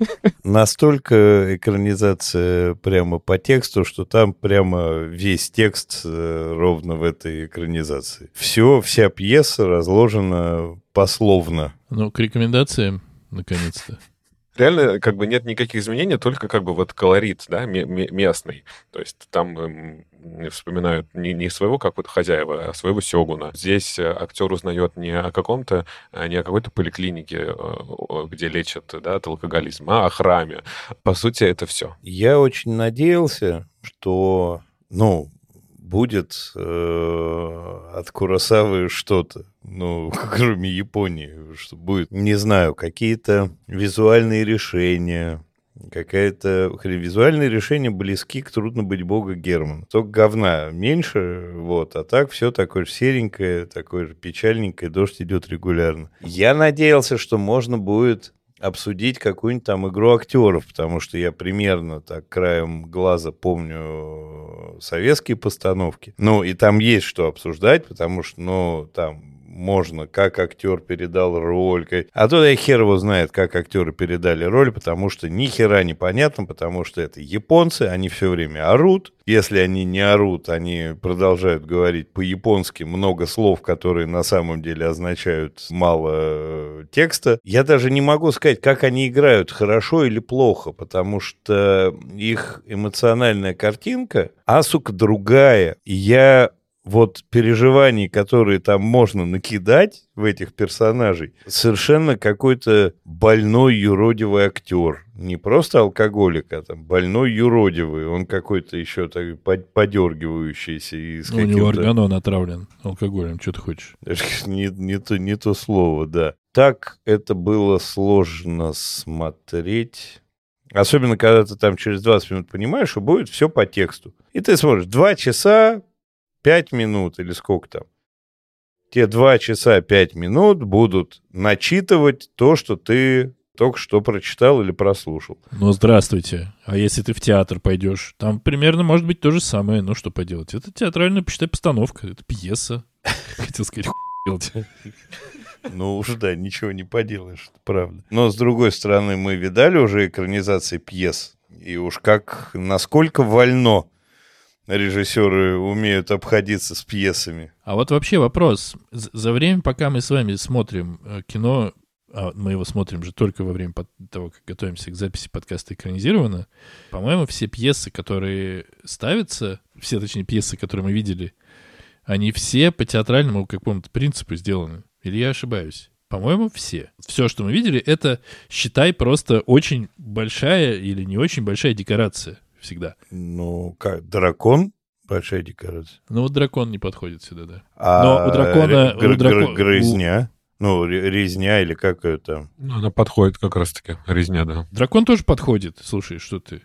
Настолько экранизация прямо по тексту, что там прямо весь текст ровно в этой экранизации. Вся пьеса разложена пословно. Ну, к рекомендациям, наконец-то. Реально, как бы нет никаких изменений, только как бы вот колорит, да, местный. То есть там вспоминают не своего какого-то хозяева, а своего сёгуна. Здесь актер узнает не о какой-то поликлинике, где лечат, да, от алкоголизма, а о храме. По сути, это все. Я очень надеялся, что, будет от Куросавы что-то, кроме Японии, что будет, не знаю, какие-то визуальные решения, визуальные решения близки к «Трудно быть Бога» Германа. Только говна меньше, а так все такое же серенькое, такое же печальненькое, дождь идет регулярно. Я надеялся, что можно будет обсудить какую-нибудь там игру актеров, потому что я примерно так краем глаза помню советские постановки. И там есть что обсуждать, потому что, там можно, как актер передал роль. А то хер его знает, как актеры передали роль, потому что ни хера не понятно, потому что это японцы, они все время орут. Если они не орут, они продолжают говорить по-японски много слов, которые на самом деле означают мало текста. Я даже не могу сказать, как они играют, хорошо или плохо, потому что их эмоциональная картинка, сука, другая. И я вот переживаний, которые там можно накидать в этих персонажей, совершенно какой-то больной юродивый актер. Не просто алкоголик, а там больной юродивый. Он какой-то еще так подергивающийся. У него органон отравлен алкоголем, что ты хочешь? Не то слово, да. Так это было сложно смотреть. Особенно, когда ты там через 20 минут понимаешь, что будет все по тексту. И ты смотришь 2 часа 5 минут или сколько там. Те 2 часа 5 минут будут начитывать то, что ты только что прочитал или прослушал. Ну, здравствуйте. А если ты в театр пойдешь, там примерно может быть то же самое. Ну, что поделать? Это театральная, почитай, постановка. Это пьеса. Хотел сказать, делать. Ну уж да, ничего не поделаешь, это правда. Но, с другой стороны, мы видали уже экранизации пьес. И уж насколько вольно режиссеры умеют обходиться с пьесами. А вот вообще вопрос. За время, пока мы с вами смотрим кино, а мы его смотрим же только во время того, как готовимся к записи подкаста «Экранизировано», по-моему, все пьесы, которые ставятся, все, точнее, пьесы, которые мы видели, они все по театральному какому-то принципу сделаны. Или я ошибаюсь? По-моему, все. Все, что мы видели, это, считай, просто очень большая или не очень большая декорация всегда. Ну, как, дракон? Большая декорация. Ну, вот дракон не подходит сюда, да. А но у дракона... Грызня? Ну, резня или как это? Ну, она подходит как раз-таки, резня, да. Дракон тоже подходит. Слушай, что ты...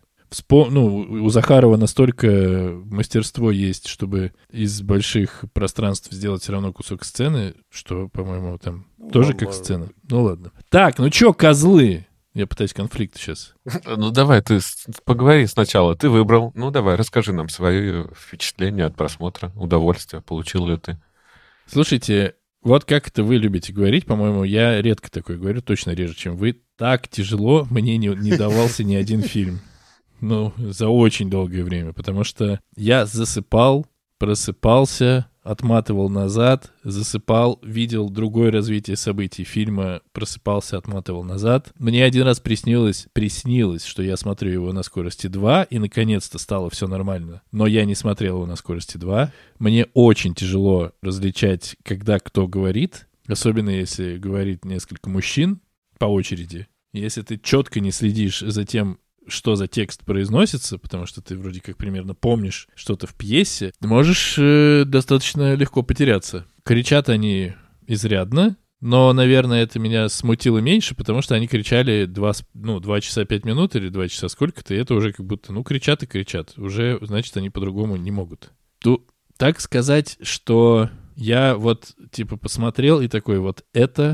у Захарова настолько мастерство есть, чтобы из больших пространств сделать все равно кусок сцены, что, по-моему, там тоже как сцена. Ну ладно. Так, ну чё, козлы? Я пытаюсь конфликт сейчас. Ну давай, ты поговори сначала. Ты выбрал. Ну давай, расскажи нам свои впечатления от просмотра, удовольствие. Получил ли ты? Слушайте, вот как это вы любите говорить, по-моему, я редко такое говорю, точно реже, чем вы. Так тяжело мне не давался ни один фильм. Ну, за очень долгое время, потому что я засыпал, просыпался, отматывал назад, засыпал, видел другое развитие событий фильма, просыпался, отматывал назад. Мне один раз приснилось, что я смотрю его на скорости 2, и наконец-то стало все нормально. Но я не смотрел его на скорости 2. Мне очень тяжело различать, когда кто говорит, особенно если говорит несколько мужчин по очереди. Если ты четко не следишь за тем, что за текст произносится, потому что ты вроде как примерно помнишь что-то в пьесе, можешь достаточно легко потеряться. Кричат они изрядно, но, наверное, это меня смутило меньше, потому что они кричали 2 часа 5 минут или 2 часа сколько-то, и это уже как будто, кричат и кричат. Уже, значит, они по-другому не могут. Так сказать, что я посмотрел и такой вот это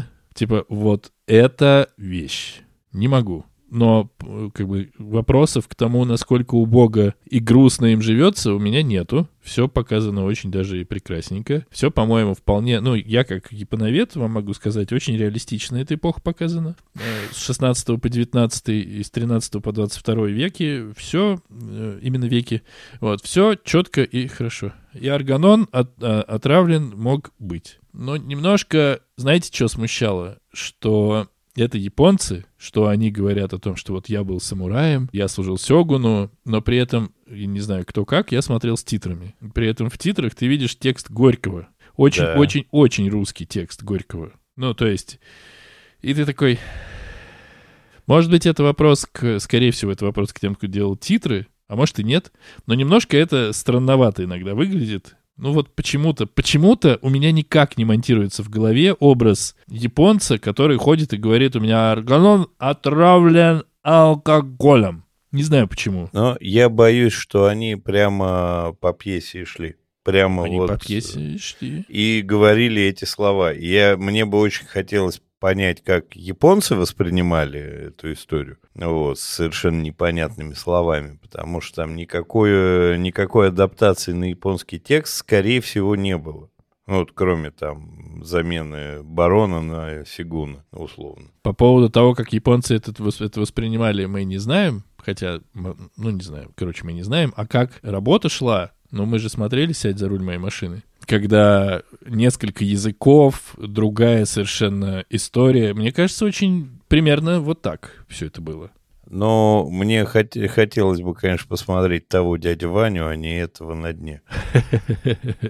вещь. Не могу. Но, вопросов к тому, насколько убого и грустно им живется, у меня нету. Все показано очень даже и прекрасненько. Все, по-моему, вполне... я как японовед вам могу сказать, очень реалистично эта эпоха показана. С 16 по 19 и с 13 по 22 веки. Все, именно веки. Вот, все четко и хорошо. И органон отравлен мог быть. Но немножко, знаете, что смущало? Что... Это японцы, что они говорят о том, что вот я был самураем, я служил сёгуну, но при этом, я не знаю кто как, я смотрел с титрами. При этом в титрах ты видишь текст Горького. Очень русский текст Горького. То есть, и ты такой... Может быть, это скорее всего, это вопрос к тем, кто делал титры, а может и нет. Но немножко это странновато иногда выглядит. Почему-то у меня никак не монтируется в голове образ японца, который ходит и говорит, у меня органон отравлен алкоголем. Не знаю почему. Но я боюсь, что они прямо по пьесе шли. Они по пьесе шли. И говорили эти слова. Мне бы очень хотелось понять, как японцы воспринимали эту историю, с совершенно непонятными словами, потому что там никакой адаптации на японский текст, скорее всего, не было. Кроме там замены барона на сигуна, условно. По поводу того, как японцы это воспринимали, мы не знаем, хотя, не знаю, мы не знаем, а как работа шла, мы же смотрели «Сядь за руль моей машины», когда несколько языков, другая совершенно история. Мне кажется, очень примерно вот так все это было. Но мне хотелось бы, конечно, посмотреть того дядю Ваню, а не этого на дне.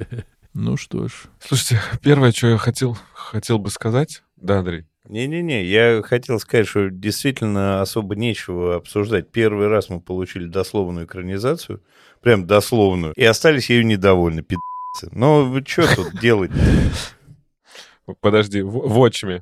Ну что ж. Слушайте, первое, что я хотел бы сказать... Да, Андрей? Не-не-не, я хотел сказать, что действительно особо нечего обсуждать. Первый раз мы получили дословную экранизацию, прям дословную, и остались ею недовольны, пи***цы. Но вы что тут делать? Подожди, в отчиме.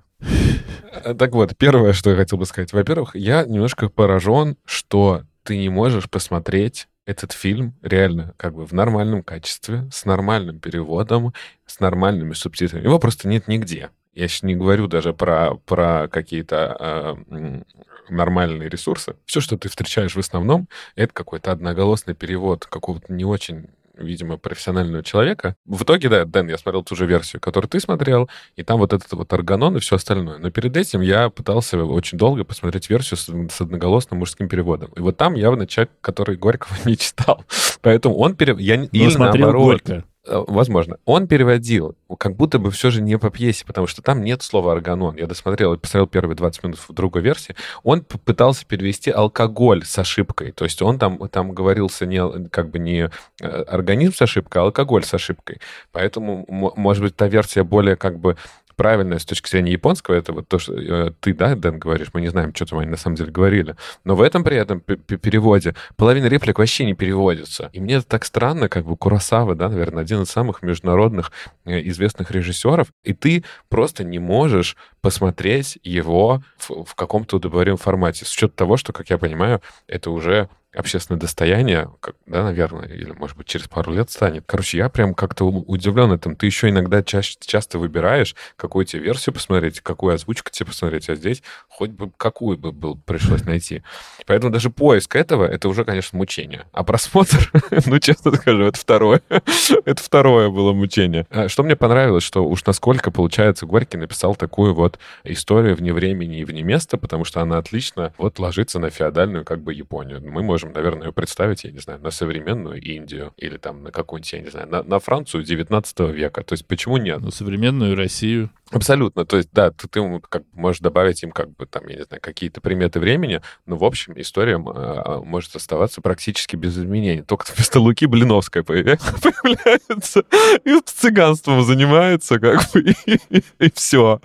Так вот, первое, что я хотел бы сказать. Во-первых, я немножко поражен, что ты не можешь посмотреть этот фильм реально как бы в нормальном качестве, с нормальным переводом, с нормальными субтитрами. Его просто нет нигде. Я сейчас не говорю даже про какие-то нормальные ресурсы. Все, что ты встречаешь в основном, это какой-то одноголосный перевод какого-то не очень, видимо, профессионального человека. В итоге, да, Дэн, я смотрел ту же версию, которую ты смотрел, и там вот этот вот органон и все остальное. Но перед этим я пытался очень долго посмотреть версию с одноголосным мужским переводом. И вот там явно человек, который Горького не читал. Поэтому он или смотрел наоборот... Горько. Возможно. Он переводил, как будто бы все же не по пьесе, потому что там нет слова органон. Я досмотрел, посмотрел первые 20 минут в другой версии. Он пытался перевести алкоголь с ошибкой. То есть он там говорился не организм с ошибкой, а алкоголь с ошибкой. Поэтому, может быть, та версия более как бы правильная с точки зрения японского, это вот то, что ты, да, Дэн, говоришь, мы не знаем, что там они на самом деле говорили. Но в этом при этом переводе половина реплик вообще не переводится. И мне это так странно, как бы Куросава, да, наверное, один из самых международных известных режиссеров, и ты просто не можешь посмотреть его в каком-то удобоваримом формате. С учетом того, что, как я понимаю, это уже общественное достояние, да, наверное, или, может быть, через пару лет станет. Короче, я прям как-то удивлен этим. Ты еще иногда часто выбираешь, какую тебе версию посмотреть, какую озвучку тебе посмотреть, а здесь хоть бы какую бы пришлось найти. Поэтому даже поиск этого, это уже, конечно, мучение. А просмотр, ну, честно скажу, это второе. Это второе было мучение. Что мне понравилось, что уж насколько, получается, Горький написал такую вот историю вне времени и вне места, потому что она отлично вот ложится на феодальную как бы Японию. Мы можем, наверное, ее представить, я не знаю, на современную Индию или там на какую-нибудь, я не знаю, на Францию 19 века. То есть почему нет? Ну, современную Россию. Абсолютно. То есть, да, ты как бы можешь добавить им как бы там, я не знаю, какие-то приметы времени, но, в общем, история может оставаться практически без изменений. Только вместо Луки Блиновская появляется и с цыганством занимается, как бы, и все.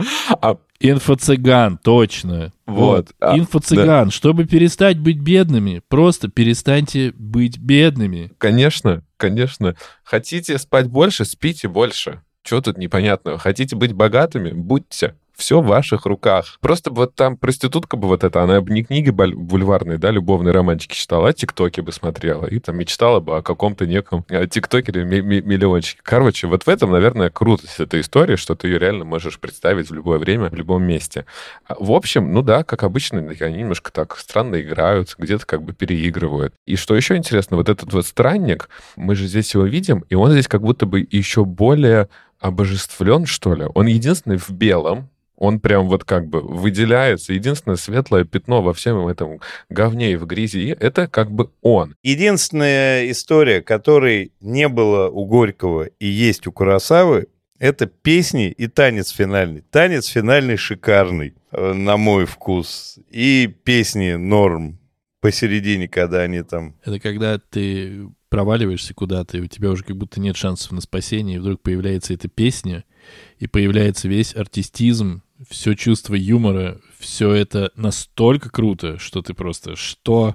Инфо-цыган, точно. Вот. Инфо-цыган. Да. Чтобы перестать быть бедными, просто перестаньте быть бедными. Конечно, конечно. Хотите спать больше, спите больше. Чего тут непонятного? Хотите быть богатыми? Будьте. Все в ваших руках. Просто вот там проститутка бы вот эта, она бы не книги бульварные, да, любовные романчики читала, а тиктоки бы смотрела. И там мечтала бы о каком-то неком тиктокере-миллиончике. Короче, вот в этом, наверное, крутость этой истории, что ты ее реально можешь представить в любое время, в любом месте. В общем, ну да, как обычно, они немножко так странно играют, где-то как бы переигрывают. И что еще интересно, вот этот вот странник, мы же здесь его видим, и он здесь как будто бы еще более обожествлен, что ли. Он единственный в белом, он прям вот как бы выделяется. Единственное светлое пятно во всем этом говне и в грязи — это как бы он. Единственная история, которой не было у Горького и есть у Куросавы, это песни и танец финальный. Танец финальный шикарный, на мой вкус. И песни норм посередине, когда они там... Это когда ты проваливаешься куда-то, и у тебя уже как будто нет шансов на спасение, и вдруг появляется эта песня, и появляется весь артистизм, все чувство юмора, все это настолько круто, что ты просто... Что?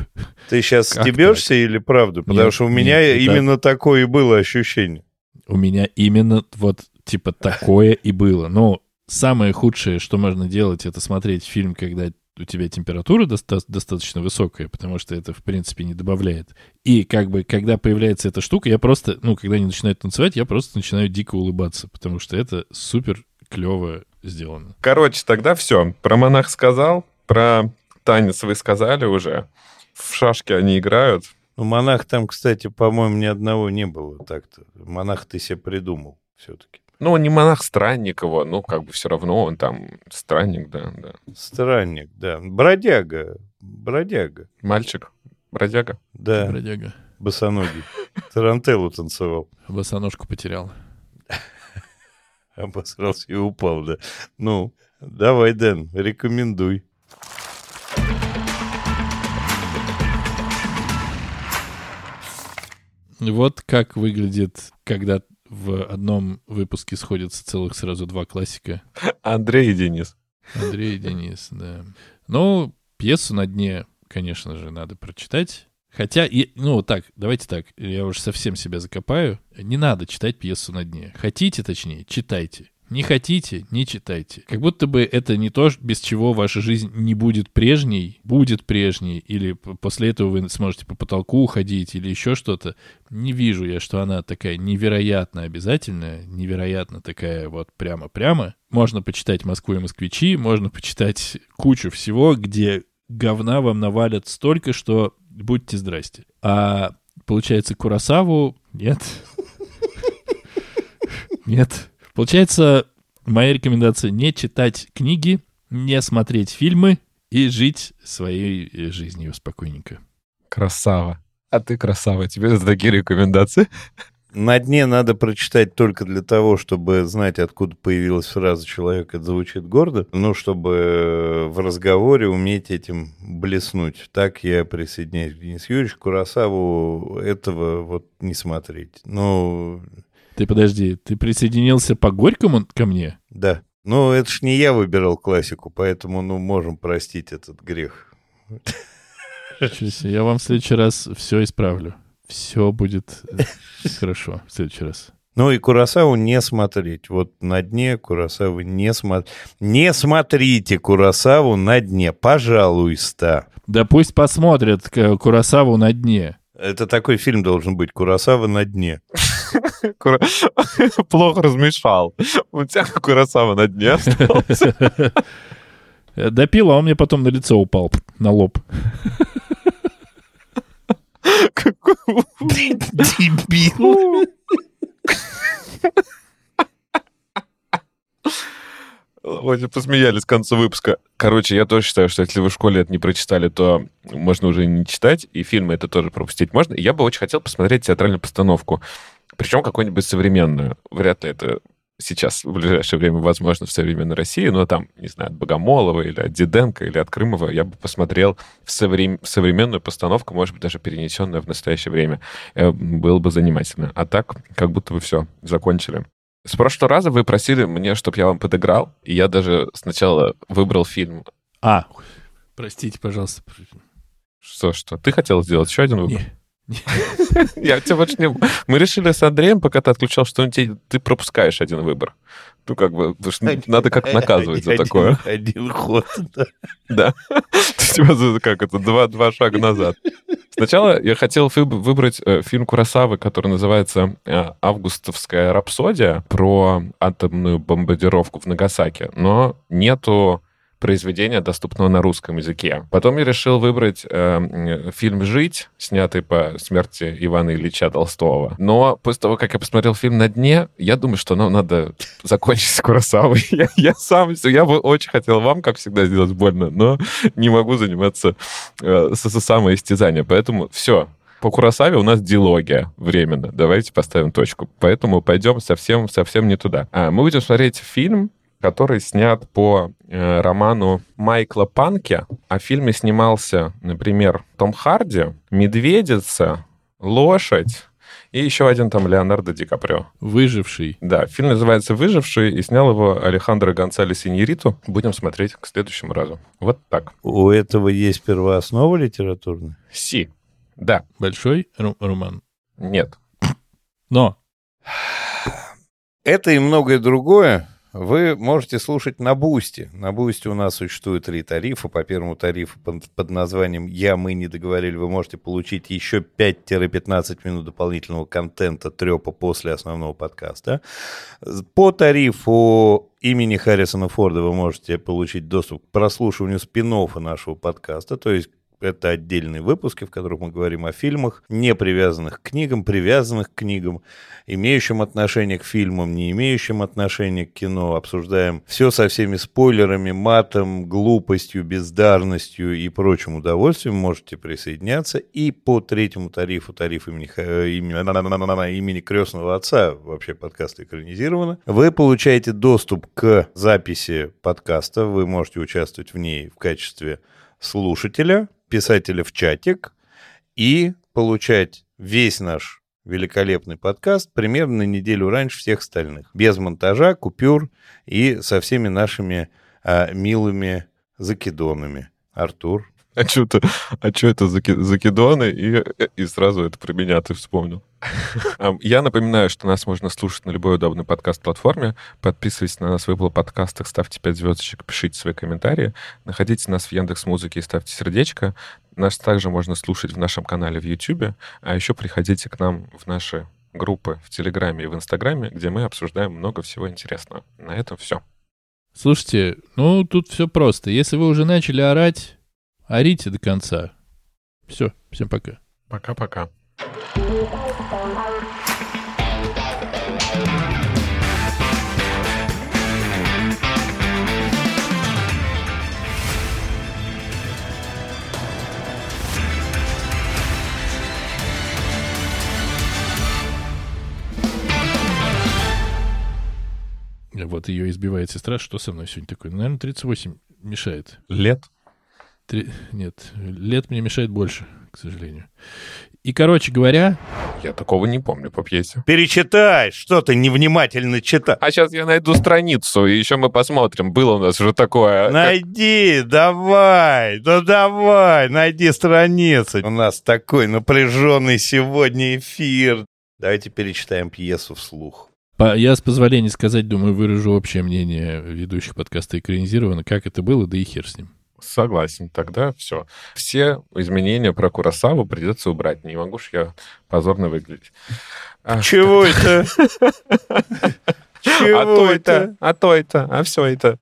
Ты сейчас стебешься или правду? Потому Нет, что у меня именно такое и было ощущение. У меня именно вот типа такое и было. Но самое худшее, что можно делать, это смотреть фильм, когда у тебя температура достаточно высокая, потому что это, в принципе, не добавляет. И как бы, когда появляется эта штука, я просто, когда они начинают танцевать, я просто начинаю дико улыбаться, потому что это супер клево сделано. Короче, тогда все. Про монах сказал, про танец вы сказали уже. В шашки они играют. Ну, монах там, кстати, по-моему, ни одного не было так-то. Монах ты себе придумал все-таки. Ну, он не монах-странник его, ну, как бы все равно он там странник, да. Странник, да. Бродяга. Мальчик, бродяга. Да. Бродяга. Босоногий. Тарантеллу танцевал. Босоножку потерял. Обосрался и упал, да. Ну, давай, Дэн, рекомендуй. Вот как выглядит, когда в одном выпуске сходятся целых сразу два классика. Андрей и Денис. Андрей и Денис, да. Ну, пьесу «На дне», конечно же, надо прочитать. Хотя, давайте так, я уж совсем себя закопаю. Не надо читать пьесу «На дне». Хотите, точнее, читайте. Не хотите, не читайте. Как будто бы это не то, без чего ваша жизнь не будет прежней, или после этого вы сможете по потолку уходить, или еще что-то. Не вижу я, что она такая невероятно обязательная, невероятно такая вот прямо-прямо. Можно почитать «Москву и москвичи», можно почитать кучу всего, где говна вам навалят столько, что будьте здрасте. А получается, Куросаву нет. Нет. Получается, моя рекомендация — не читать книги, не смотреть фильмы и жить своей жизнью спокойненько. Красава. А ты красава. Тебе за такие рекомендации? «На дне» надо прочитать только для того, чтобы знать, откуда появилась фраза «человек, это звучит гордо», чтобы в разговоре уметь этим блеснуть. Так я присоединяюсь к Денису Юрьевичу. Куросаву этого вот не смотреть. Ты подожди, ты присоединился по Горькому ко мне? Да. Это ж не я выбирал классику, поэтому, можем простить этот грех. Я вам в следующий раз все исправлю. Все будет хорошо в следующий раз. И Куросаву не смотреть. Вот «На дне» Куросаву не смотреть. Не смотрите Куросаву «На дне», пожалуйста. Да пусть посмотрят Куросаву «На дне». Это такой фильм должен быть «Куросава на дне». Плохо размешал. У тебя Куросава на дне остался. Допил, а он мне потом на лицо упал, на лоб. Дебил. Вот, посмеялись к концу выпуска. Короче, я тоже считаю, что если вы в школе это не прочитали, то можно уже не читать, и фильмы это тоже пропустить можно. И я бы очень хотел посмотреть театральную постановку, причем какую-нибудь современную. Вряд ли это сейчас, в ближайшее время, возможно, в современной России, но там, не знаю, от Богомолова или от Диденко или от Крымова я бы посмотрел в современную постановку, может быть, даже перенесенную в настоящее время. Было бы занимательно. А так, как будто бы все, закончили. С прошлого раза вы просили мне, чтобы я вам подыграл, и я даже сначала выбрал фильм. Простите, пожалуйста. Что? Ты хотел сделать еще один выбор? Я тебя больше не... Мы решили с Андреем, пока ты отключал, что ты пропускаешь один выбор. Надо как-то наказывать за такое. Один ход, да. Да. Тебя как это, два шага назад. Сначала я хотел выбрать фильм Куросавы, который называется «Августовская рапсодия», про атомную бомбардировку в Нагасаки, но нету произведения, доступного на русском языке. Потом я решил выбрать фильм «Жить», снятый по смерти Ивана Ильича Толстого. Но после того, как я посмотрел фильм «На дне», я думаю, что нам надо закончить с Куросавой. Я бы очень хотел вам, как всегда, сделать больно, но не могу заниматься самоистязанием. Поэтому все. По Куросаве у нас дилогия временно. Давайте поставим точку. Поэтому пойдем совсем не туда. Мы будем смотреть фильм, который снят по роману Майкла Панке. А в фильме снимался, например, Том Харди, «Медведица», «Лошадь» и еще один там Леонардо Ди Каприо. «Выживший». Да, фильм называется «Выживший», и снял его Алехандро Гонсалес Иньярриту. Будем смотреть к следующему разу. Вот так. У этого есть первооснова литературная? Си. Да. Большой роман? Нет. Но. Это и многое другое вы можете слушать на Бусти. На Бусти у нас существует 3 тарифа. По первому тарифу под названием «Мы не договорили» вы можете получить еще 5-15 минут дополнительного контента, трепа после основного подкаста. По тарифу имени Харрисона Форда вы можете получить доступ к прослушиванию спин-оффа нашего подкаста, то есть это отдельные выпуски, в которых мы говорим о фильмах, не привязанных к книгам, привязанных к книгам, имеющим отношение к фильмам, не имеющим отношения к кино. Обсуждаем все со всеми спойлерами, матом, глупостью, бездарностью и прочим удовольствием. Можете присоединяться. И по 3-му тарифу, тариф имени крестного отца, вообще подкаст экранизировано, вы получаете доступ к записи подкаста. Вы можете участвовать в ней в качестве слушателя, писателя в чатик и получать весь наш великолепный подкаст примерно на неделю раньше всех остальных. Без монтажа, купюр и со всеми нашими милыми закидонами. Артур. А что это закидоны? И сразу это про меня ты вспомнил. Я напоминаю, что нас можно слушать на любой удобной подкаст-платформе. Подписывайтесь на нас в Apple подкастах, ставьте 5 звездочек, пишите свои комментарии. Находите нас в Яндекс.Музыке и ставьте сердечко. Нас также можно слушать в нашем канале в YouTube. А еще приходите к нам в наши группы в Телеграме и в Инстаграме, где мы обсуждаем много всего интересного. На этом все. Слушайте, ну тут все просто. Если вы уже начали орать, орите до конца. Все, всем пока. Пока-пока. Вот ее избивает сестра. Что со мной сегодня такое? Наверное, 38 мешает. Лет? Нет, лет мне мешает больше, к сожалению. И, короче говоря... Я такого не помню по пьесе. Перечитай, что ты невнимательно читал. А сейчас я найду страницу, и еще мы посмотрим. Было у нас уже такое... Найди, давай, найди страницу. У нас такой напряженный сегодня эфир. Давайте перечитаем пьесу вслух. Я, с позволения сказать, думаю, выражу общее мнение ведущих подкаста «Экранизировано». Как это было, да и хер с ним. Согласен, тогда все. Все изменения про Куросаву придется убрать. Не могу ж я позорно выглядеть. Чего это? Чего это? А то это, а все это.